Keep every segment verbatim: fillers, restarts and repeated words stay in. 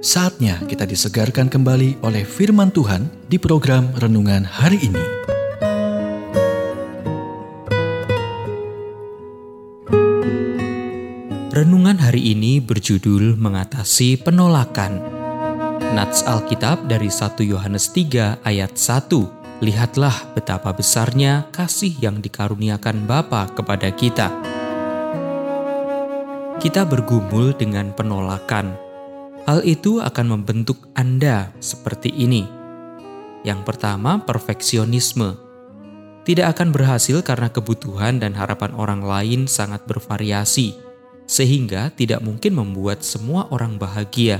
Saatnya kita disegarkan kembali oleh firman Tuhan di program Renungan Hari Ini. Renungan hari ini berjudul Mengatasi Penolakan. Nats Alkitab dari satu Yohanes tiga ayat satu. Lihatlah betapa besarnya kasih yang dikaruniakan Bapa kepada kita. Kita bergumul dengan penolakan. Hal itu akan membentuk Anda seperti ini. Yang pertama, perfeksionisme. Tidak akan berhasil karena kebutuhan dan harapan orang lain sangat bervariasi, sehingga tidak mungkin membuat semua orang bahagia.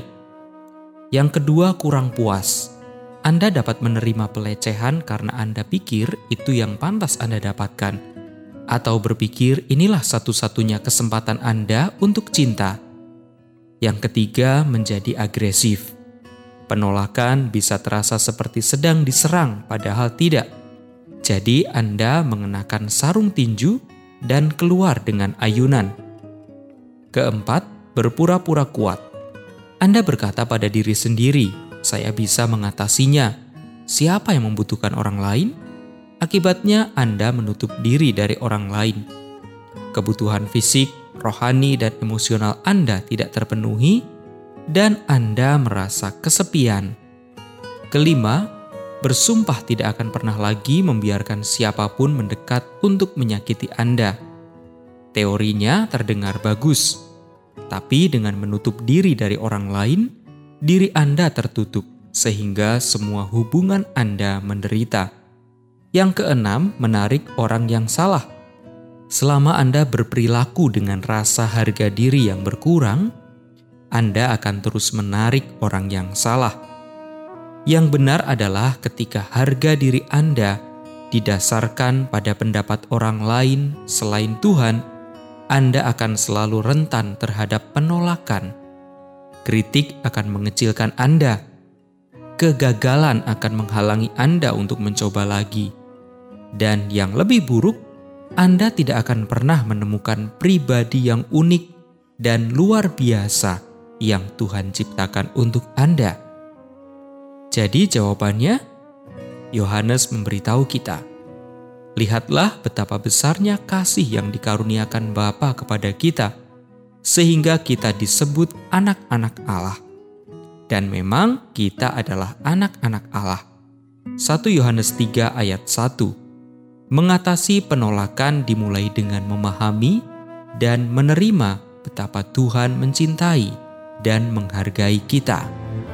Yang kedua, kurang puas. Anda dapat menerima pelecehan karena Anda pikir itu yang pantas Anda dapatkan, atau berpikir inilah satu-satunya kesempatan Anda untuk cinta. Yang ketiga, menjadi agresif. Penolakan bisa terasa seperti sedang diserang, padahal tidak. Jadi Anda mengenakan sarung tinju dan keluar dengan ayunan. Keempat, berpura-pura kuat. Anda berkata pada diri sendiri, saya bisa mengatasinya. Siapa yang membutuhkan orang lain? Akibatnya Anda menutup diri dari orang lain. Kebutuhan fisik, rohani, dan emosional Anda tidak terpenuhi, dan Anda merasa kesepian. Kelima, bersumpah tidak akan pernah lagi membiarkan siapapun mendekat untuk menyakiti Anda. Teorinya terdengar bagus, tapi dengan menutup diri dari orang lain, diri Anda tertutup, sehingga semua hubungan Anda menderita. Yang keenam, menarik orang yang salah. Selama Anda berperilaku dengan rasa harga diri yang berkurang, Anda akan terus menarik orang yang salah. Yang benar adalah ketika harga diri Anda didasarkan pada pendapat orang lain selain Tuhan, Anda akan selalu rentan terhadap penolakan. Kritik akan mengecilkan Anda. Kegagalan akan menghalangi Anda untuk mencoba lagi. Dan yang lebih buruk, Anda tidak akan pernah menemukan pribadi yang unik dan luar biasa yang Tuhan ciptakan untuk Anda. Jadi jawabannya, Yohanes memberitahu kita, lihatlah betapa besarnya kasih yang dikaruniakan Bapa kepada kita, sehingga kita disebut anak-anak Allah. Dan memang kita adalah anak-anak Allah. satu Yohanes tiga ayat satu. Mengatasi penolakan dimulai dengan memahami dan menerima betapa Tuhan mencintai dan menghargai kita.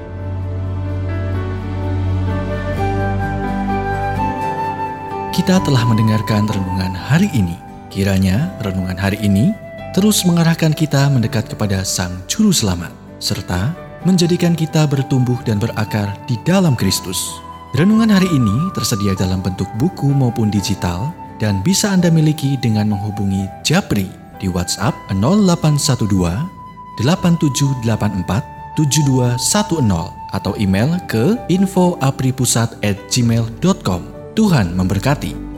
Kita telah mendengarkan renungan hari ini. Kiranya renungan hari ini terus mengarahkan kita mendekat kepada Sang Juru Selamat, serta menjadikan kita bertumbuh dan berakar di dalam Kristus. Renungan hari ini tersedia dalam bentuk buku maupun digital dan bisa Anda miliki dengan menghubungi Japri di WhatsApp nol delapan satu dua delapan tujuh delapan empat tujuh dua satu nol atau email ke info apripusat at gmail dot com. Tuhan memberkati.